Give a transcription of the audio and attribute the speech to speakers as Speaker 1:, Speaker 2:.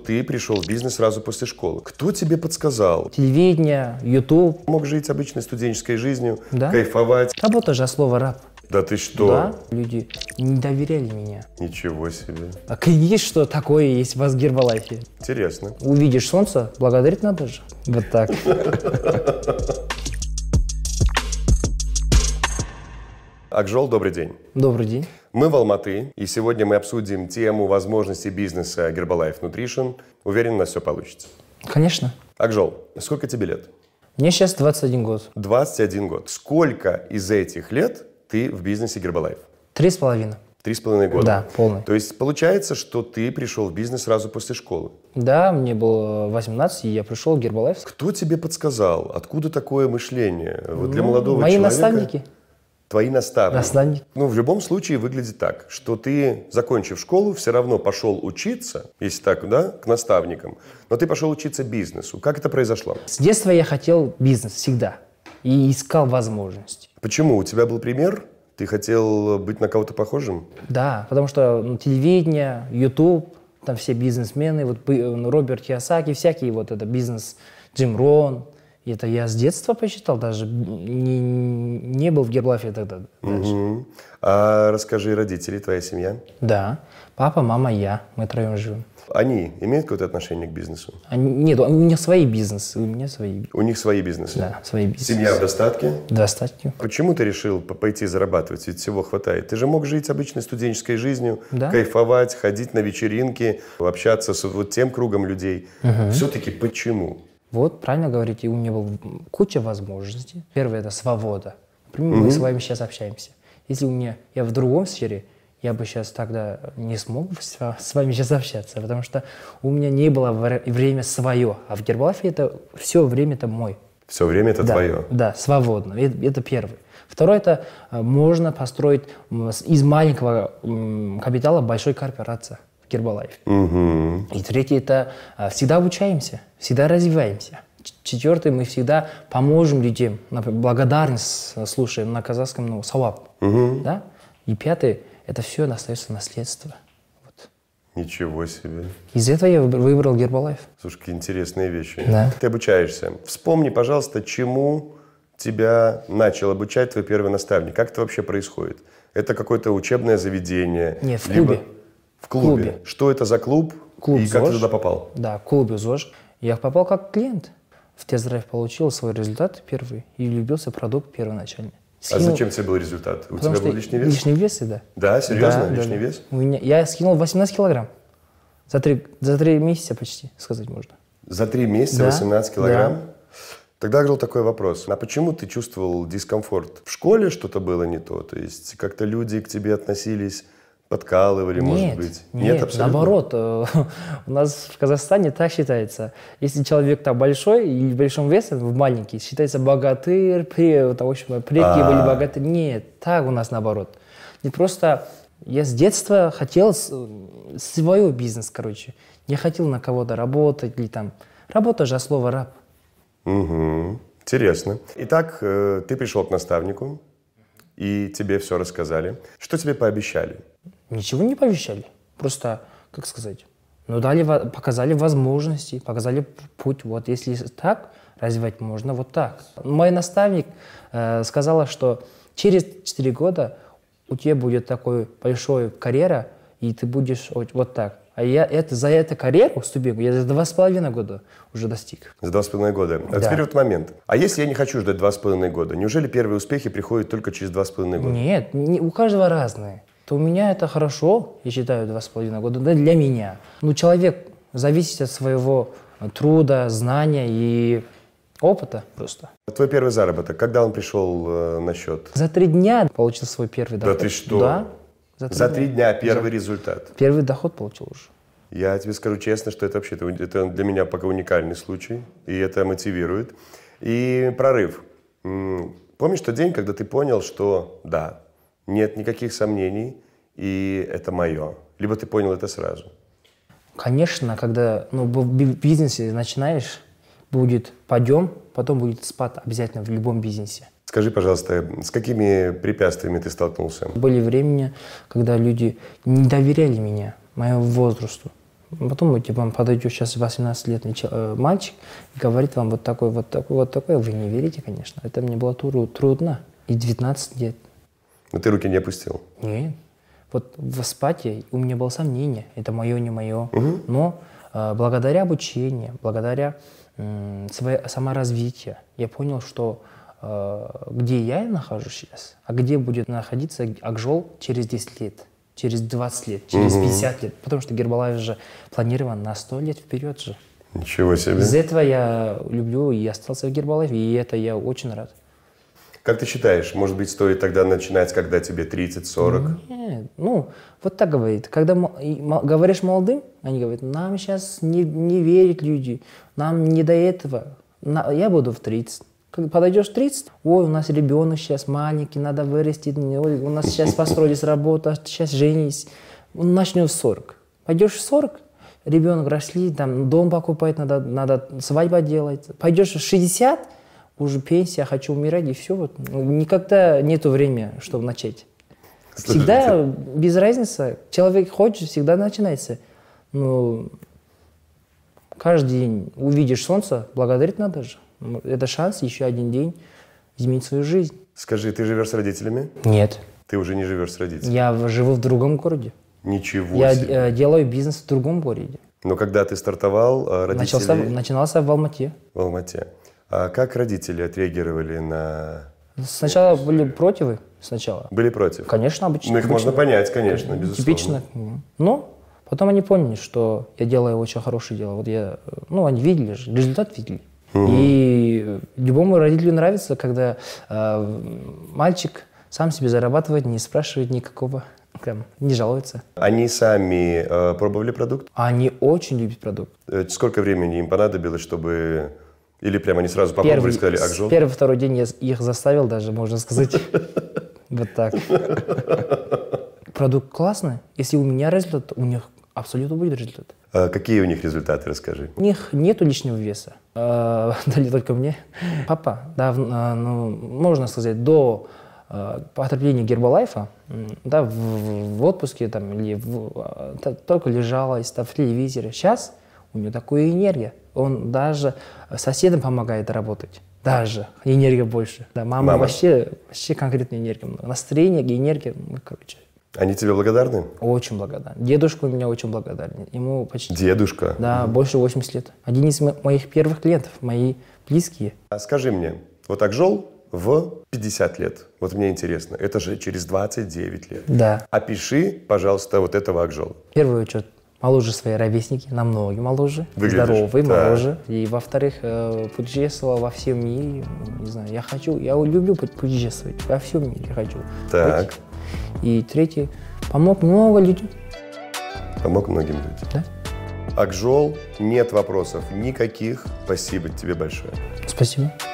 Speaker 1: ты пришел в бизнес сразу после школы. Кто тебе подсказал?
Speaker 2: Телевидение, YouTube.
Speaker 1: Мог жить обычной студенческой жизнью,
Speaker 2: Да.
Speaker 1: кайфовать.
Speaker 2: Работа же слово раб.
Speaker 1: Да ты что?
Speaker 2: Да, люди не доверяли мне.
Speaker 1: Ничего себе.
Speaker 2: А клянись, что такое есть в Гербалайфе.
Speaker 1: Интересно.
Speaker 2: Увидишь солнце, благодарить надо же. Вот так.
Speaker 1: Акжол, добрый день.
Speaker 2: Добрый день.
Speaker 1: Мы в Алматы, и сегодня мы обсудим тему возможностей бизнеса Herbalife Nutrition. Уверен, у нас все получится.
Speaker 2: Конечно.
Speaker 1: Акжол, сколько тебе лет?
Speaker 2: Мне сейчас 21 год.
Speaker 1: 21 год. Сколько из этих лет ты в бизнесе Herbalife?
Speaker 2: 3,5.
Speaker 1: 3,5 года?
Speaker 2: Да, полный.
Speaker 1: То есть получается, что ты пришел в бизнес сразу после школы?
Speaker 2: Да, мне было 18, и я пришел в Herbalife.
Speaker 1: Кто тебе подсказал? Откуда такое мышление? Вот для молодого
Speaker 2: мои
Speaker 1: человека...
Speaker 2: наставники.
Speaker 1: Твои наставники.
Speaker 2: Наставники.
Speaker 1: Ну, в любом случае выглядит так, что ты, закончив школу, все равно пошел учиться, если так, да, к наставникам, но ты пошел учиться бизнесу. Как это произошло?
Speaker 2: С детства я хотел бизнес всегда и искал возможности.
Speaker 1: Почему? У тебя был пример? Ты хотел быть на кого-то похожим?
Speaker 2: Да, потому что телевидение, YouTube, там все бизнесмены, вот Роберт Кийосаки, всякие вот это бизнес, Джим Рон. И это я с детства посчитал, даже не был в Гербалайфе тогда.
Speaker 1: Угу. А расскажи, родители, твоя семья?
Speaker 2: Да, папа, мама, я, мы троем живем.
Speaker 1: Они имеют какое-то отношение к бизнесу?
Speaker 2: Нет, у них свои бизнесы, у меня свои.
Speaker 1: У них свои бизнесы?
Speaker 2: Да, свои бизнесы.
Speaker 1: Семья в достатке?
Speaker 2: В достатке.
Speaker 1: Почему ты решил пойти зарабатывать? Ведь всего хватает. Ты же мог жить обычной студенческой жизнью,
Speaker 2: да?
Speaker 1: Кайфовать, ходить на вечеринки, общаться с вот тем кругом людей. Угу. Все-таки почему?
Speaker 2: Вот, правильно говорите, у меня была куча возможностей. Первое – это свобода. Например, мы с вами сейчас общаемся. Если я в другом сфере, я бы сейчас тогда не смог с вами сейчас общаться, потому что у меня не было время свое. А в Гербалайфе это все время-то мой.
Speaker 1: Все время это твое?
Speaker 2: Да, свободно. Это первое. Второе – это можно построить из маленького капитала большой корпорации. Гербалайф.
Speaker 1: Угу.
Speaker 2: И третье – это всегда обучаемся, всегда развиваемся. Четвертое – мы всегда поможем людям, благодарность слушаем на казахском, савап.
Speaker 1: Угу.
Speaker 2: Да? И пятое – это все остается наследство. Вот.
Speaker 1: Ничего себе.
Speaker 2: Из этого я выбрал Гербалайф.
Speaker 1: Слушай, какие интересные вещи.
Speaker 2: Да.
Speaker 1: Ты обучаешься. Вспомни, пожалуйста, чему тебя начал обучать твой первый наставник. Как это вообще происходит? Это какое-то учебное заведение?
Speaker 2: Нет, в клубе.
Speaker 1: В клубе. Что это за клуб?
Speaker 2: Клуб
Speaker 1: и
Speaker 2: ЗОЖ.
Speaker 1: Как ты туда попал?
Speaker 2: Да, в клубе ЗОЖ. Я попал как клиент. В тест-драйв получил свой результат первый и влюбился в продукт первоначально.
Speaker 1: А зачем тебе был результат? У тебя был лишний вес?
Speaker 2: Лишний вес, да.
Speaker 1: Да, серьезно?
Speaker 2: Да,
Speaker 1: лишний вес?
Speaker 2: Я скинул 18 килограмм. За 3 месяца почти, сказать можно.
Speaker 1: За 3 месяца 18 килограмм? Да. Тогда, Акжол, такой вопрос. А почему ты чувствовал дискомфорт? В школе что-то было не то? То есть как-то люди к тебе относились... Подкалывали, может быть?
Speaker 2: Нет,
Speaker 1: абсолютно?
Speaker 2: Наоборот. У нас в Казахстане так считается. Если человек так большой и в большом весе, в маленький, считается богатырь, предки были богатые. Нет, так у нас наоборот. Не просто я с детства хотел свой бизнес, короче. Не хотел на кого-то работать или там. Работа же слово раб.
Speaker 1: Угу. Интересно. Итак, ты пришел к наставнику, и тебе все рассказали. Что тебе пообещали?
Speaker 2: Ничего не пообещали. Просто, как сказать, показали возможности, показали путь. Вот если так развивать можно, вот так. Мой наставник сказала, что через 4 года у тебя будет такой большой карьера, и ты будешь вот так. А я за эту карьеру ступеньку я за 2,5 года уже достиг. За
Speaker 1: 2,5 года. А теперь вот момент. А если я не хочу ждать 2,5 года? Неужели первые успехи приходят только через 2,5 года?
Speaker 2: Нет, у каждого разные. То у меня это хорошо, я считаю, 2,5 года, да, для меня. Но человек зависит от своего труда, знания и опыта просто.
Speaker 1: Твой первый заработок, когда он пришел на счет?
Speaker 2: За 3 дня получил свой первый доход.
Speaker 1: Да ты что?
Speaker 2: Да.
Speaker 1: За 3 дня первый результат?
Speaker 2: Первый доход получил уже.
Speaker 1: Я тебе скажу честно, что это вообще это для меня пока уникальный случай, и это мотивирует. И прорыв. Помнишь тот день, когда ты понял, что да, нет никаких сомнений, и это мое? Либо ты понял это сразу?
Speaker 2: Конечно, когда в бизнесе начинаешь, будет подъем, потом будет спад обязательно в любом бизнесе.
Speaker 1: Скажи, пожалуйста, с какими препятствиями ты столкнулся?
Speaker 2: Были времена, когда люди не доверяли мне, моему возрасту. Потом типа, подойдет сейчас 18-летний мальчик и говорит вам вот такой, вот такой, вот такой. Вы не верите, конечно. Это мне было трудно. И 19 лет.
Speaker 1: Но ты руки не опустил?
Speaker 2: Нет. Вот в спате у меня было сомнение. Это мое, не мое. Но благодаря обучению, благодаря саморазвитию, я понял, что где я нахожусь сейчас, а где будет находиться Акжол через 10 лет. Через 20 лет, через 50 лет. Потому что Гербалайф же планирован на 100 лет вперед же.
Speaker 1: Ничего себе.
Speaker 2: Из-за этого я люблю и остался в Гербалайфе, и это я очень рад.
Speaker 1: Как ты считаешь, может быть, стоит тогда начинать, когда тебе 30-40?
Speaker 2: Нет, ну, вот так говорит. Когда говоришь молодым, они говорят, нам сейчас не верят люди, нам не до этого. Я буду в 30. Когда подойдешь в 30, ой, у нас ребенок сейчас маленький, надо вырастить, ой, у нас сейчас построились работа, сейчас женись. Начнем в 40. Пойдешь в 40, ребенок росли, там дом покупать, надо свадьба делать. Пойдешь в 60, уже пенсия, хочу умирать, и все. Вот. Никогда нету времени, чтобы начать. Всегда без разницы. Человек хочет, всегда начинается. Но каждый день увидишь солнце, благодарить надо же. Это шанс еще один день изменить свою жизнь.
Speaker 1: Скажи, ты живешь с родителями?
Speaker 2: Нет.
Speaker 1: Ты уже не живешь с родителями?
Speaker 2: Я живу в другом городе.
Speaker 1: Ничего себе.
Speaker 2: Я делаю бизнес в другом городе.
Speaker 1: Но когда ты стартовал, родители...
Speaker 2: Начинался в Алмате.
Speaker 1: В Алмате. А как родители отреагировали на...
Speaker 2: Сначала были против. Сначала.
Speaker 1: Были против?
Speaker 2: Конечно, обычно.
Speaker 1: Ну, их можно понять, конечно, безусловно.
Speaker 2: Типично. Но потом они поняли, что я делаю очень хорошее дело. Вот они видели же, результат видели. И любому родителю нравится, когда мальчик сам себе зарабатывает, не спрашивает никакого, не жалуется.
Speaker 1: Они сами пробовали продукт?
Speaker 2: Они очень любят продукт.
Speaker 1: Сколько времени им понадобилось, чтобы... Или прямо они сразу попробовали и сказали Акжол?
Speaker 2: Первый-второй день я их заставил даже, можно сказать. Вот так. Продукт классный. Если у меня результат, у них абсолютно будет результат.
Speaker 1: Какие у них результаты, расскажи.
Speaker 2: У них нету лишнего веса. Дали только мне. Папа, можно сказать, до потребления Гербалайфа, в отпуске или только лежала в телевизоре. Сейчас у него такая энергия. Он даже соседям помогает работать. Даже энергия больше. Да, мама. Вообще конкретная энергия. Настроение, энергия, короче.
Speaker 1: Они тебе благодарны?
Speaker 2: Очень благодарны. Дедушка у меня очень благодарен. Ему почти...
Speaker 1: Дедушка?
Speaker 2: Да, больше 80 лет. Один из моих первых клиентов, мои близкие.
Speaker 1: А скажи мне, вот Акжол в 50 лет, вот мне интересно, это же через 29 лет.
Speaker 2: Да.
Speaker 1: Опиши, пожалуйста, вот этого Акжола.
Speaker 2: В первую очередь, моложе свои ровесники, намного моложе.
Speaker 1: Выглядишь.
Speaker 2: Здоровый,
Speaker 1: да.
Speaker 2: моложе. И во-вторых, путешествовал во всем мире. Не знаю, я люблю путешествовать. Во всем мире хочу.
Speaker 1: Так.
Speaker 2: И третий, помог много людям.
Speaker 1: Помог многим людям.
Speaker 2: Да.
Speaker 1: Акжол, нет вопросов никаких. Спасибо тебе большое.
Speaker 2: Спасибо.